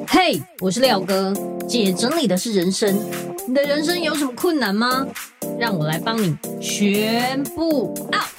嘿，我是廖哥，姐整理的是人生。你的人生有什么困难吗？让我来帮你全部 out。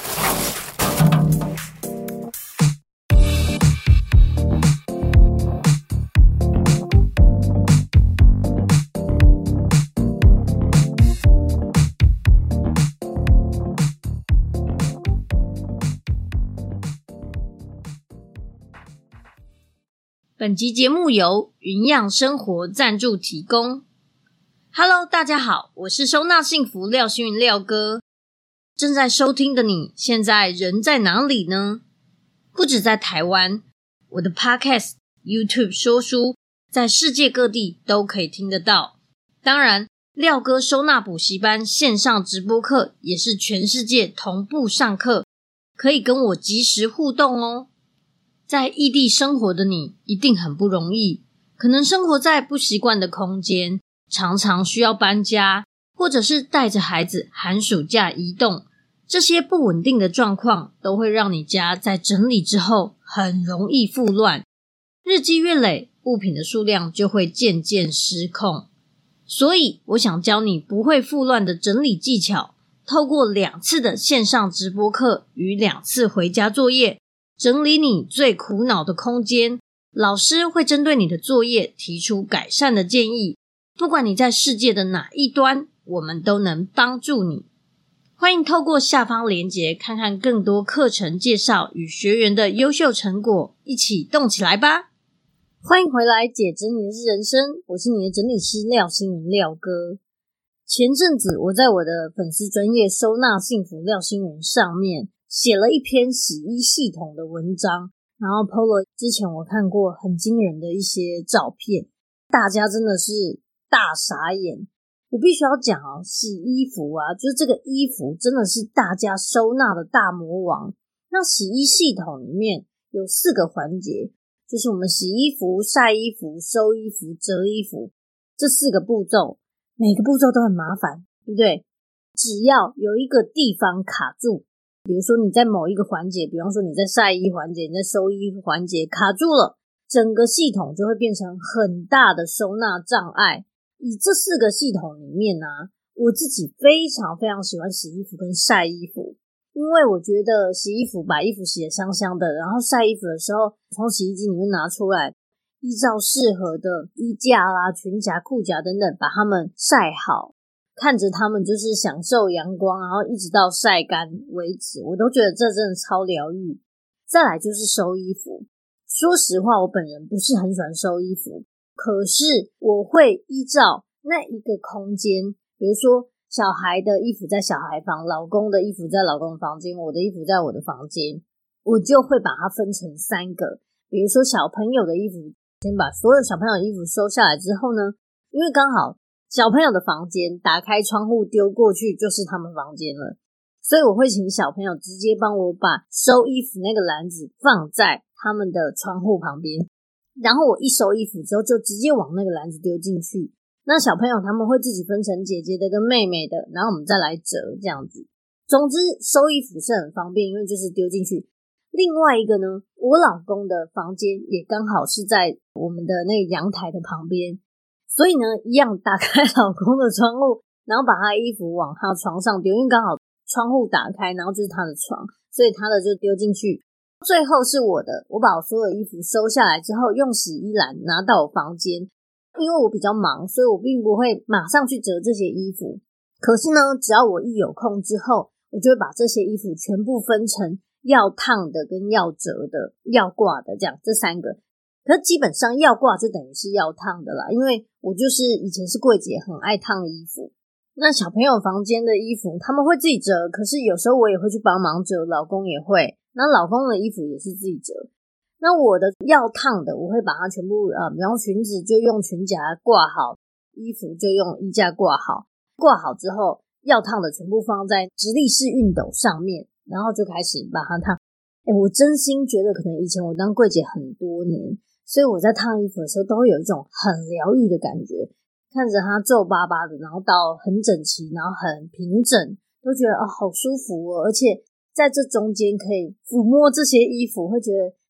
本集节目由云漾生活赞助提供。Hello， 大家好，我是收纳幸福廖星云廖哥。正在收听的你，现在人在哪里呢？不止在台湾，我的 Podcast、YouTube 说书，在世界各地都可以听得到。当然，廖哥收纳补习班线上直播课也是全世界同步上课，可以跟我即时互动哦。在异地生活的你一定很不容易，可能生活在不习惯的空间，常常需要搬家，或者是带着孩子寒暑假移动，这些不稳定的状况都会让你家在整理之后很容易复乱，日积月累，物品的数量就会渐渐失控。所以我想教你不会复乱的整理技巧，透过2次的线上直播课与2次回家作业，整理你最苦恼的空间，老师会针对你的作业提出改善的建议，不管你在世界的哪一端，我们都能帮助你。欢迎透过下方连结看看更多课程介绍与学员的优秀成果，一起动起来吧。欢迎回来，姐整理的是人生，我是你的整理师廖星云廖哥。前阵子我在我的粉丝专页收纳幸福廖星云上面写了一篇洗衣系统的文章，然后 po 了之前我看过很惊人的一些照片，大家真的是大傻眼。我必须要讲洗衣服啊，就是这个衣服真的是大家收纳的大魔王。那洗衣系统里面有4个环节，就是我们洗衣服、晒衣服、收衣服、折衣服，这4个步骤，每个步骤都很麻烦，对不对？只要有一个地方卡住，比如说你在某一个环节，比方说你在晒衣环节，你在收衣环节卡住了，整个系统就会变成很大的收纳障碍。以这4个系统里面我自己非常非常喜欢洗衣服跟晒衣服，因为我觉得洗衣服把衣服洗得香香的，然后晒衣服的时候从洗衣机里面拿出来，依照适合的衣架啦、裙夹、裤夹等等把它们晒好，看着它们就是享受阳光，然后一直到晒干为止，我都觉得这真的超疗愈。再来就是收衣服，说实话我本人不是很喜欢收衣服，可是我会依照那一个空间，比如说小孩的衣服在小孩房，老公的衣服在老公的房间，我的衣服在我的房间，我就会把它分成3个。比如说小朋友的衣服，先把所有小朋友的衣服收下来之后呢，因为刚好小朋友的房间打开窗户丢过去就是他们房间了，所以我会请小朋友直接帮我把收衣服那个篮子放在他们的窗户旁边，然后我一收衣服之后就直接往那个篮子丢进去。那小朋友他们会自己分成姐姐的跟妹妹的，然后我们再来折这样子。总之收衣服是很方便，因为就是丢进去。另外一个呢，我老公的房间也刚好是在我们的那个阳台的旁边，所以呢一样打开老公的窗户，然后把他的衣服往他的床上丢，因为刚好窗户打开，然后就是他的床，所以他的就丢进去。最后是我的，我把我所有衣服收下来之后，用洗衣篮拿到我房间。因为我比较忙，所以我并不会马上去折这些衣服，可是呢只要我一有空之后，我就会把这些衣服全部分成要烫的跟要折的、要挂的这样，这3个。可是基本上要挂就等于是要烫的啦，因为我就是以前是柜姐，很爱烫衣服。那小朋友房间的衣服他们会自己折，可是有时候我也会去帮忙折，老公也会，那老公的衣服也是自己折。那我的要烫的我会把它全部比方裙子就用裙夹挂好，衣服就用衣架挂好，挂好之后要烫的全部放在直立式熨斗上面，然后就开始把它烫。我真心觉得可能以前我当柜姐很多年，所以我在烫衣服的时候都会有一种很疗愈的感觉，看着它皱巴巴的，然后到很整齐，然后很平整，都觉得好舒服哦。而且在这中间可以抚摸这些衣服，会觉得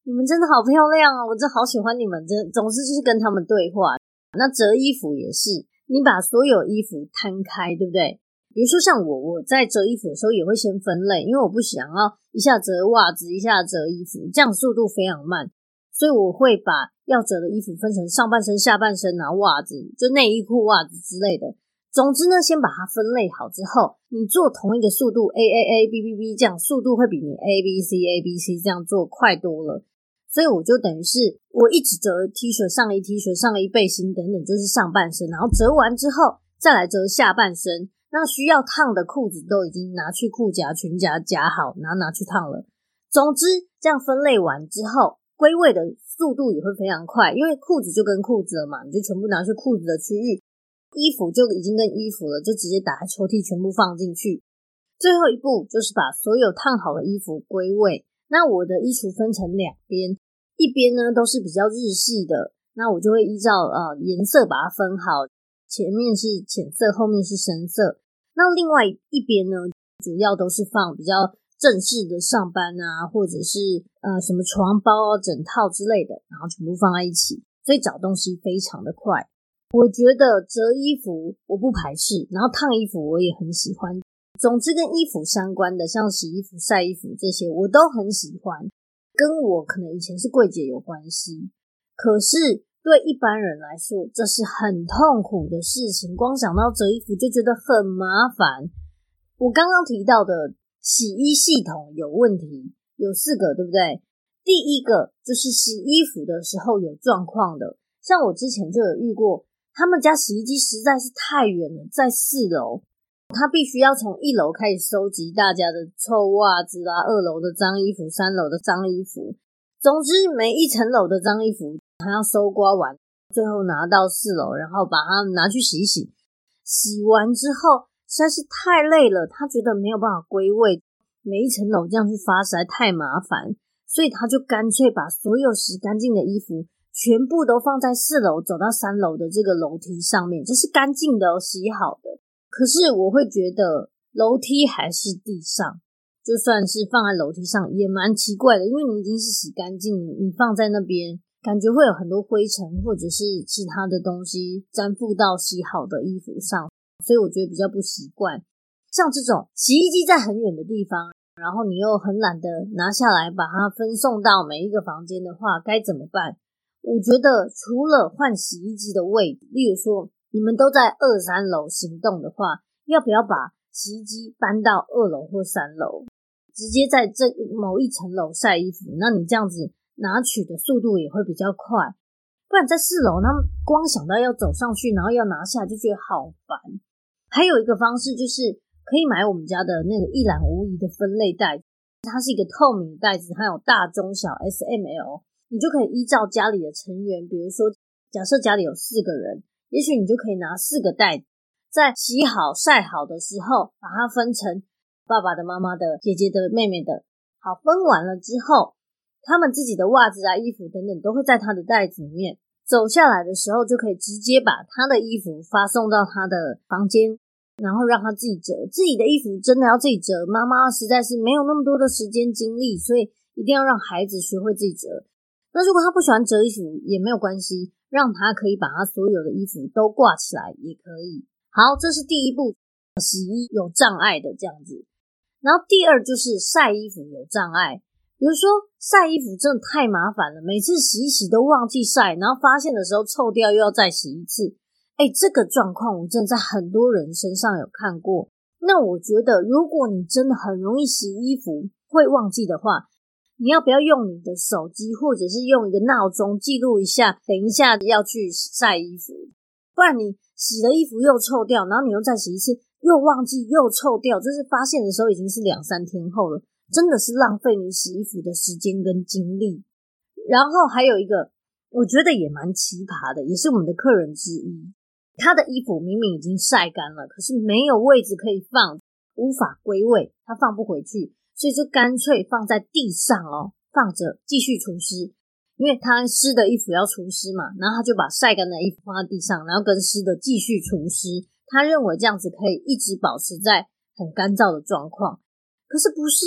你们真的好漂亮哦，我真好喜欢你们，总之就是跟他们对话。那折衣服也是，你把所有衣服摊开，对不对？比如说像我在折衣服的时候也会先分类，因为我不想要一下折袜子一下折衣服，这样速度非常慢，所以我会把要折的衣服分成上半身下半身啊，袜子就内衣裤袜子之类的。总之呢，先把它分类好之后，你做同一个速度 A， 这样速度会比你 ABC 这样做快多了。所以我就等于是我一直折 T 恤、上衣 T 恤、上衣背心等等，就是上半身，然后折完之后再来折下半身。那需要烫的裤子都已经拿去裤夹、裙夹夹好，然后拿去烫了。总之这样分类完之后，归位的速度也会非常快，因为裤子就跟裤子了嘛，你就全部拿去裤子的区域，衣服就已经跟衣服了，就直接打开抽屉全部放进去。最后一步就是把所有烫好的衣服归位。那我的衣橱分成两边，一边呢都是比较日系的，那我就会依照颜色把它分好，前面是浅色，后面是深色。那另外一边呢，主要都是放比较正式的上班啊，或者是什么床包啊、枕套之类的，然后全部放在一起，所以找东西非常的快。我觉得折衣服我不排斥，然后烫衣服我也很喜欢。总之跟衣服相关的，像洗衣服、晒衣服这些我都很喜欢，跟我可能以前是柜姐有关系。可是对一般人来说，这是很痛苦的事情，光想到折衣服就觉得很麻烦。我刚刚提到的洗衣系统有问题，有4个，对不对？第一个就是洗衣服的时候有状况的，像我之前就有遇过，他们家洗衣机实在是太远了，在4楼，他必须要从1楼开始收集大家的臭袜子啦，2楼的脏衣服，3楼的脏衣服，总之每一层楼的脏衣服他要收刮完，最后拿到4楼，然后把它拿去洗一洗。洗完之后实在是太累了，他觉得没有办法归位，每一层楼这样去发实在太麻烦，所以他就干脆把所有洗干净的衣服全部都放在4楼走到3楼的这个楼梯上面，这是干净的洗好的。可是我会觉得楼梯还是地上，就算是放在楼梯上也蛮奇怪的，因为你已经是洗干净，你放在那边感觉会有很多灰尘或者是其他的东西沾附到洗好的衣服上，所以我觉得比较不习惯。像这种洗衣机在很远的地方，然后你又很懒得拿下来把它分送到每一个房间的话，该怎么办？我觉得除了换洗衣机的位置，例如说你们都在2、3楼行动的话，要不要把洗衣机搬到2楼或3楼，直接在这某一层楼晒衣服，那你这样子拿取的速度也会比较快。不然在4楼，他们光想到要走上去然后要拿下就觉得好烦。还有一个方式就是可以买我们家的那个一览无遗的分类袋，它是一个透明的袋子，它有大中小 S、M、L， 你就可以依照家里的成员，比如说假设家里有4个人，也许你就可以拿4个袋子，在洗好晒好的时候把它分成爸爸的、妈妈的、姐姐的、妹妹的。好，分完了之后，他们自己的袜子啊、衣服等等都会在他的袋子里面，走下来的时候就可以直接把他的衣服发送到他的房间，然后让他自己折。自己的衣服真的要自己折，妈妈实在是没有那么多的时间精力，所以一定要让孩子学会自己折。那如果他不喜欢折衣服也没有关系，让他可以把他所有的衣服都挂起来也可以。好，这是第一步，洗衣有障碍的这样子。然后第二就是晒衣服有障碍，比如说晒衣服真的太麻烦了，每次洗一洗都忘记晒，然后发现的时候臭掉又要再洗一次。这个状况我真的在很多人身上有看过。那我觉得如果你真的很容易洗衣服会忘记的话，你要不要用你的手机或者是用一个闹钟记录一下等一下要去晒衣服，不然你洗了衣服又臭掉，然后你又再洗一次又忘记又臭掉，就是发现的时候已经是2、3天后了，真的是浪费你洗衣服的时间跟精力。然后还有一个我觉得也蛮奇葩的，也是我们的客人之一，他的衣服明明已经晒干了，可是没有位置可以放，无法归位，他放不回去，所以就干脆放在地上放着继续除湿。因为他湿的衣服要除湿嘛，然后他就把晒干的衣服放在地上，然后跟湿的继续除湿，他认为这样子可以一直保持在很干燥的状况。可是不是啊，因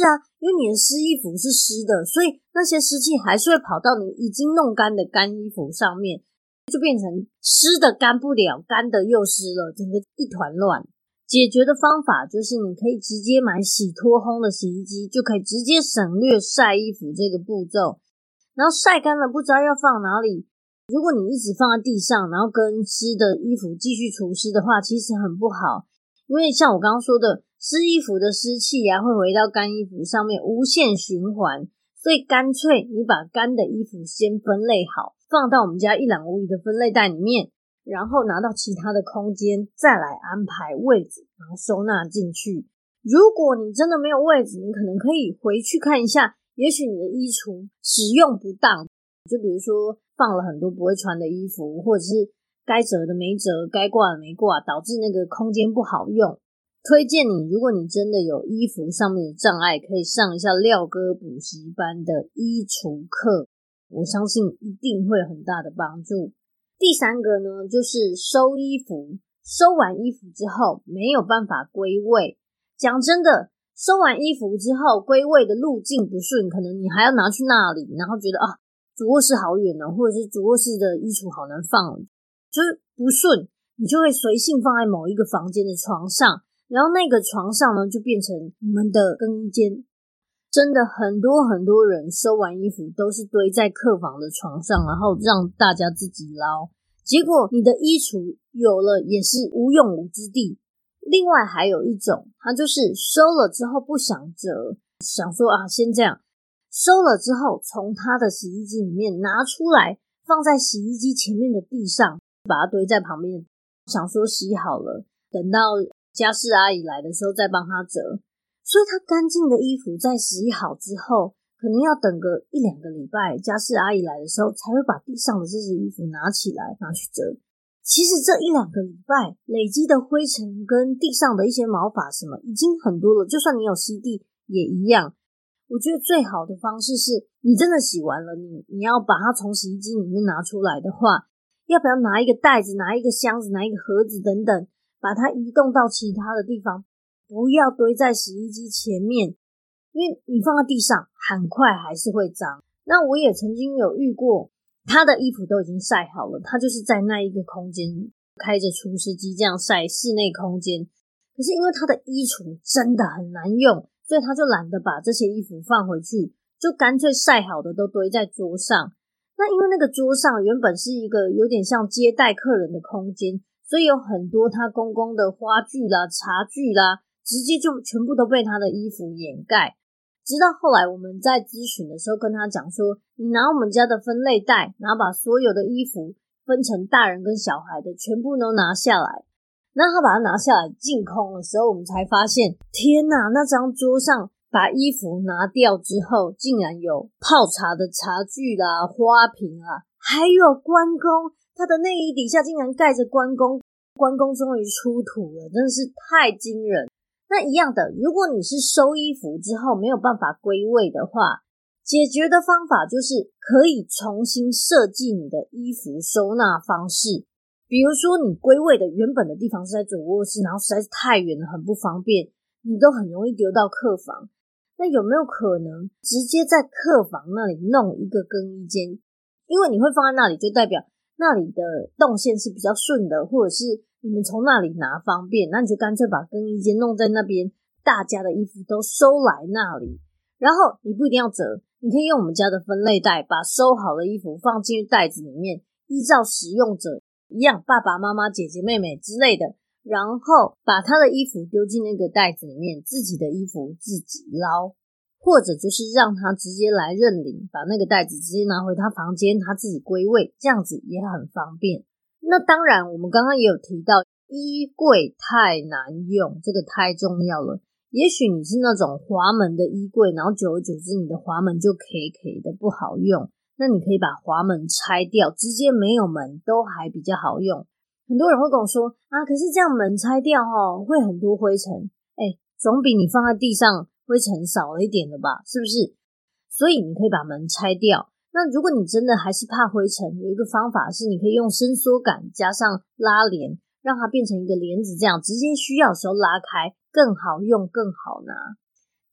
因为你的湿衣服是湿的，所以那些湿气还是会跑到你已经弄干的干衣服上面，就变成湿的干不了，干的又湿了，整个一团乱。解决的方法就是你可以直接买洗脱烘的洗衣机，就可以直接省略晒衣服这个步骤。然后晒干了不知道要放哪里，如果你一直放在地上，然后跟湿的衣服继续除湿的话，其实很不好。因为像我刚刚说的，湿衣服的湿气会回到干衣服上面无限循环，所以干脆你把干的衣服先分类好，放到我们家一览无遗的分类袋里面，然后拿到其他的空间再来安排位置，然后收纳进去。如果你真的没有位置，你可能可以回去看一下，也许你的衣橱使用不当，就比如说放了很多不会穿的衣服，或者是该折的没折，该挂的没挂，导致那个空间不好用。推荐你，如果你真的有衣服上面的障碍，可以上一下廖哥补习班的衣橱课，我相信一定会有很大的帮助。第三个呢，就是收衣服。收完衣服之后没有办法归位，讲真的，收完衣服之后归位的路径不顺，可能你还要拿去那里，然后觉得主卧室好远哦，或者是主卧室的衣橱好难放，就是不顺，你就会随性放在某一个房间的床上，然后那个床上呢就变成你们的更衣间。真的很多人收完衣服都是堆在客房的床上，然后让大家自己捞，结果你的衣橱有了也是无用武之地。另外还有一种，它就是收了之后不想折，想说先这样，收了之后从他的洗衣机里面拿出来，放在洗衣机前面的地上，把它堆在旁边，想说洗好了，等到家事阿姨来的时候再帮他折。所以他干净的衣服在洗好之后，可能要等个1-2个礼拜，家事阿姨来的时候才会把地上的这些衣服拿起来拿去折。其实这1-2个礼拜累积的灰尘跟地上的一些毛发什么已经很多了，就算你有吸地也一样。我觉得最好的方式是，你真的洗完了，你要把它从洗衣机里面拿出来的话，要不要拿一个袋子，拿一个箱子，拿一个盒子等等，把它移动到其他的地方，不要堆在洗衣机前面，因为你放在地上很快还是会脏。那我也曾经有遇过，他的衣服都已经晒好了，他就是在那一个空间开着除湿机这样晒室内空间，可是因为他的衣橱真的很难用，所以他就懒得把这些衣服放回去，就干脆晒好的都堆在桌上。那因为那个桌上原本是一个有点像接待客人的空间，所以有很多他公公的花具啦、茶具啦，直接就全部都被他的衣服掩盖。直到后来我们在咨询的时候跟他讲说，你拿我们家的分类袋，然后把所有的衣服分成大人跟小孩的全部都拿下来。那他把它拿下来净空的时候，我们才发现，天哪，那张桌上把衣服拿掉之后，竟然有泡茶的茶具啦、花瓶啊，还有关公，他的内衣底下竟然盖着关公，关公终于出土了，真的是太惊人。那一样的，如果你是收衣服之后没有办法归位的话，解决的方法就是可以重新设计你的衣服收纳方式。比如说你归位的原本的地方是在主卧室，然后实在是太远了，很不方便，你都很容易丢到客房。那有没有可能直接在客房那里弄一个更衣间？因为你会放在那里，就代表那里的动线是比较顺的，或者是你们从那里拿方便，那你就干脆把更衣间弄在那边，大家的衣服都收来那里。然后你不一定要折，你可以用我们家的分类袋，把收好的衣服放进去袋子里面，依照使用者一样，爸爸妈妈、姐姐、妹妹之类的，然后把他的衣服丢进那个袋子里面，自己的衣服自己捞，或者就是让他直接来认领，把那个袋子直接拿回他房间，他自己归位，这样子也很方便。那当然我们刚刚也有提到，衣柜太难用，这个太重要了。也许你是那种滑门的衣柜，然后久而久之你的滑门就 K 的不好用，那你可以把滑门拆掉，直接没有门都还比较好用。很多人会跟我说可是这样门拆掉会很多灰尘，总比你放在地上灰尘少了一点了吧，是不是？所以你可以把门拆掉。那如果你真的还是怕灰尘，有一个方法是你可以用伸缩杆加上拉帘，让它变成一个帘子，这样直接需要的时候拉开，更好用更好拿。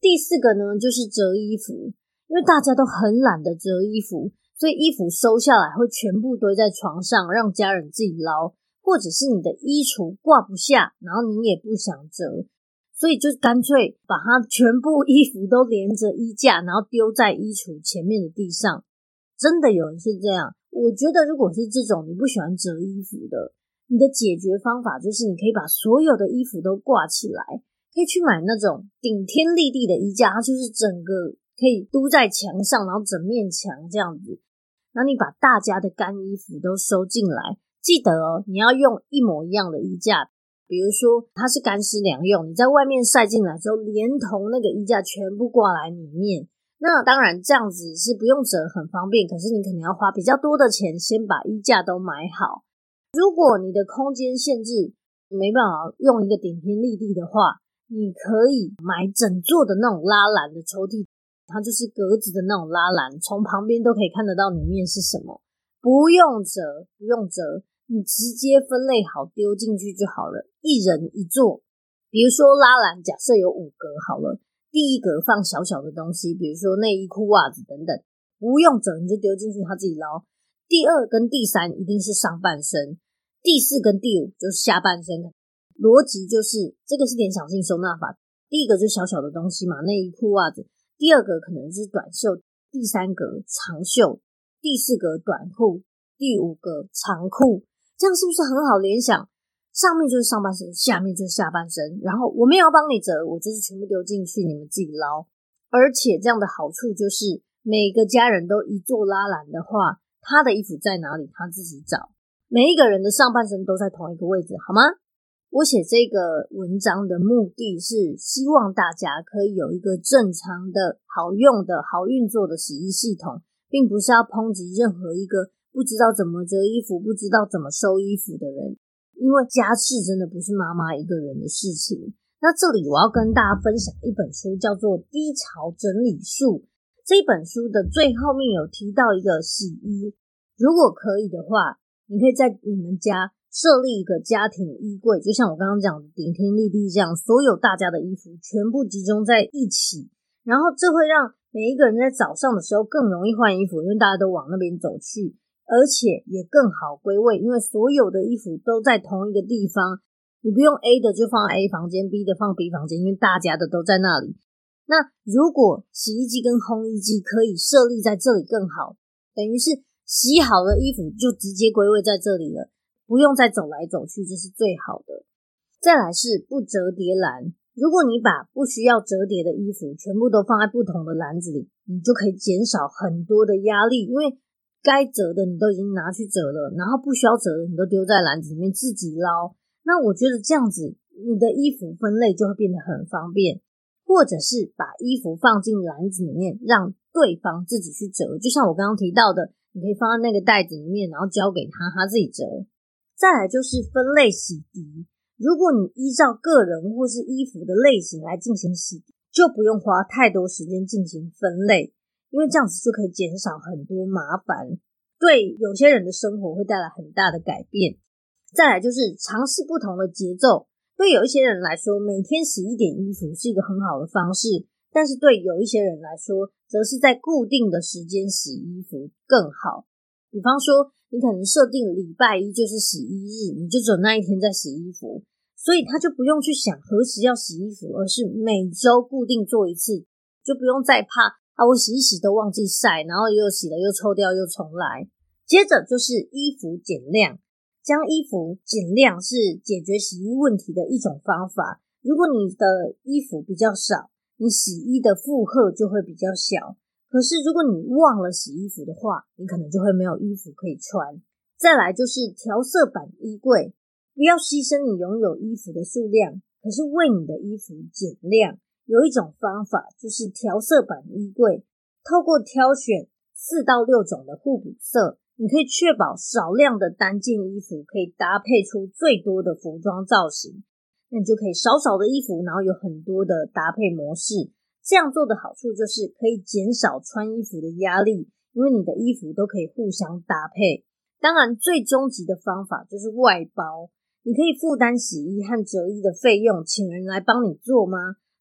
第4个呢，就是折衣服。因为大家都很懒得折衣服，所以衣服收下来会全部堆在床上，让家人自己捞，或者是你的衣橱挂不下，然后你也不想折，所以就干脆把它全部衣服都连着衣架，然后丢在衣橱前面的地上。真的有人是这样。我觉得如果是这种你不喜欢折衣服的，你的解决方法就是你可以把所有的衣服都挂起来，可以去买那种顶天立地的衣架，它就是整个可以嘟在墙上，然后整面墙这样子。然后你把大家的干衣服都收进来，记得你要用一模一样的衣架。比如说它是干湿两用，你在外面晒进来之后，连同那个衣架全部挂来里面。那当然这样子是不用折，很方便，可是你可能要花比较多的钱先把衣架都买好。如果你的空间限制没办法用一个顶天立地的话，你可以买整座的那种拉篮的抽屉，它就是格子的那种拉篮，从旁边都可以看得到里面是什么。不用折，你直接分类好丢进去就好了，一人一座。比如说拉篮假设有5格好了，第一格放小小的东西，比如说内衣裤袜子等等，不用折你就丢进去，它自己捞。第2跟第3一定是上半身，第4跟第5就是下半身。逻辑就是这个是联想性收纳法，第一个就是小小的东西嘛，内衣裤袜子，第2个可能是短袖，第3个长袖，第4个短裤，第5个长裤。这样是不是很好联想？上面就是上半身，下面就是下半身，然后我没有要帮你折，我就是全部丢进去，你们自己捞。而且这样的好处就是每个家人都一座拉篮的话，他的衣服在哪里他自己找，每一个人的上半身都在同一个位置，好吗？我写这个文章的目的是希望大家可以有一个正常的好用的好运作的洗衣系统，并不是要抨击任何一个不知道怎么折衣服不知道怎么收衣服的人，因为家事真的不是妈妈一个人的事情。那这里我要跟大家分享一本书，叫做《低潮整理术》。这本书的最后面有提到一个洗衣，如果可以的话，你可以在你们家设立一个家庭衣柜，就像我刚刚讲的顶天立地这样，所有大家的衣服全部集中在一起，然后这会让每一个人在早上的时候更容易换衣服，因为大家都往那边走去，而且也更好归位，因为所有的衣服都在同一个地方，你不用 A 的就放 A 房间， B 的放 B 房间，因为大家的都在那里。那如果洗衣机跟烘衣机可以设立在这里更好，等于是洗好的衣服就直接归位在这里了，不用再走来走去，这是最好的。再来是不折叠篮，如果你把不需要折叠的衣服全部都放在不同的篮子里，你就可以减少很多的压力，因为该折的你都已经拿去折了，然后不需要折的你都丢在篮子里面自己捞。那我觉得这样子你的衣服分类就会变得很方便，或者是把衣服放进篮子里面让对方自己去折，就像我刚刚提到的，你可以放在那个袋子里面，然后交给他，他自己折。再来就是分类洗涤，如果你依照个人或是衣服的类型来进行洗涤，就不用花太多时间进行分类，因为这样子就可以减少很多麻烦，对有些人的生活会带来很大的改变。再来就是尝试不同的节奏，对有一些人来说每天洗一点衣服是一个很好的方式，但是对有一些人来说则是在固定的时间洗衣服更好。比方说你可能设定礼拜一就是洗衣日，你就只有那一天在洗衣服，所以他就不用去想何时要洗衣服，而是每周固定做一次，就不用再怕我洗一洗都忘记晒，然后又洗了又抽掉又重来。接着就是衣服减量，将衣服减量是解决洗衣问题的一种方法。如果你的衣服比较少，你洗衣的负荷就会比较小，可是如果你忘了洗衣服的话，你可能就会没有衣服可以穿。再来就是调色版衣柜，不要牺牲你拥有衣服的数量，可是为你的衣服减量。有一种方法就是调色版衣柜，透过挑选4到6种的互补色，你可以确保少量的单件衣服可以搭配出最多的服装造型，那你就可以少少的衣服，然后有很多的搭配模式。这样做的好处就是可以减少穿衣服的压力，因为你的衣服都可以互相搭配。当然最终极的方法就是外包，你可以负担洗衣和折衣的费用，请人来帮你做吗？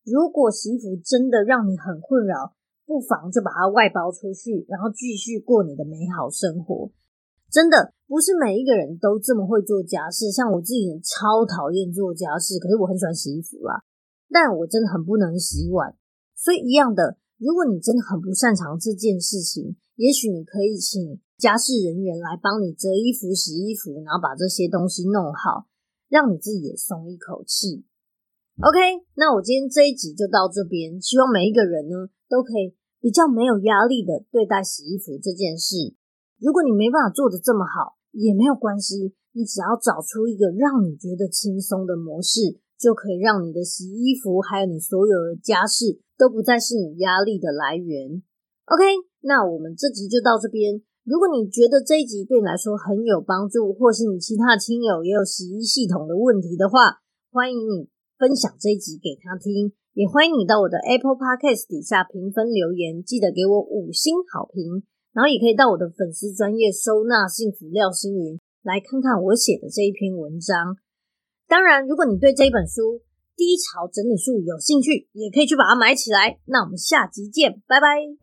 如果洗衣服真的让你很困扰，不妨就把它外包出去，然后继续过你的美好生活。真的不是每一个人都这么会做家事，像我自己超讨厌做家事，可是我很喜欢洗衣服啦，但我真的很不能洗碗。所以一样的，如果你真的很不擅长这件事情，也许你可以请家事人员来帮你折衣服、洗衣服，然后把这些东西弄好，让你自己也松一口气。OK， 那我今天这一集就到这边，希望每一个人呢都可以比较没有压力的对待洗衣服这件事。如果你没办法做得这么好，也没有关系，你只要找出一个让你觉得轻松的模式，就可以让你的洗衣服还有你所有的家事都不再是你压力的来源。OK， 那我们这集就到这边。如果你觉得这一集对你来说很有帮助，或是你其他亲友也有洗衣系统的问题的话，欢迎你分享这一集给他听，也欢迎你到我的 Apple Podcast 底下评分留言，记得给我5星好评，然后也可以到我的粉丝专页收纳幸福廖星云来看看我写的这一篇文章。当然，如果你对这一本书低潮整理术有兴趣，也可以去把它买起来。那我们下集见，拜拜。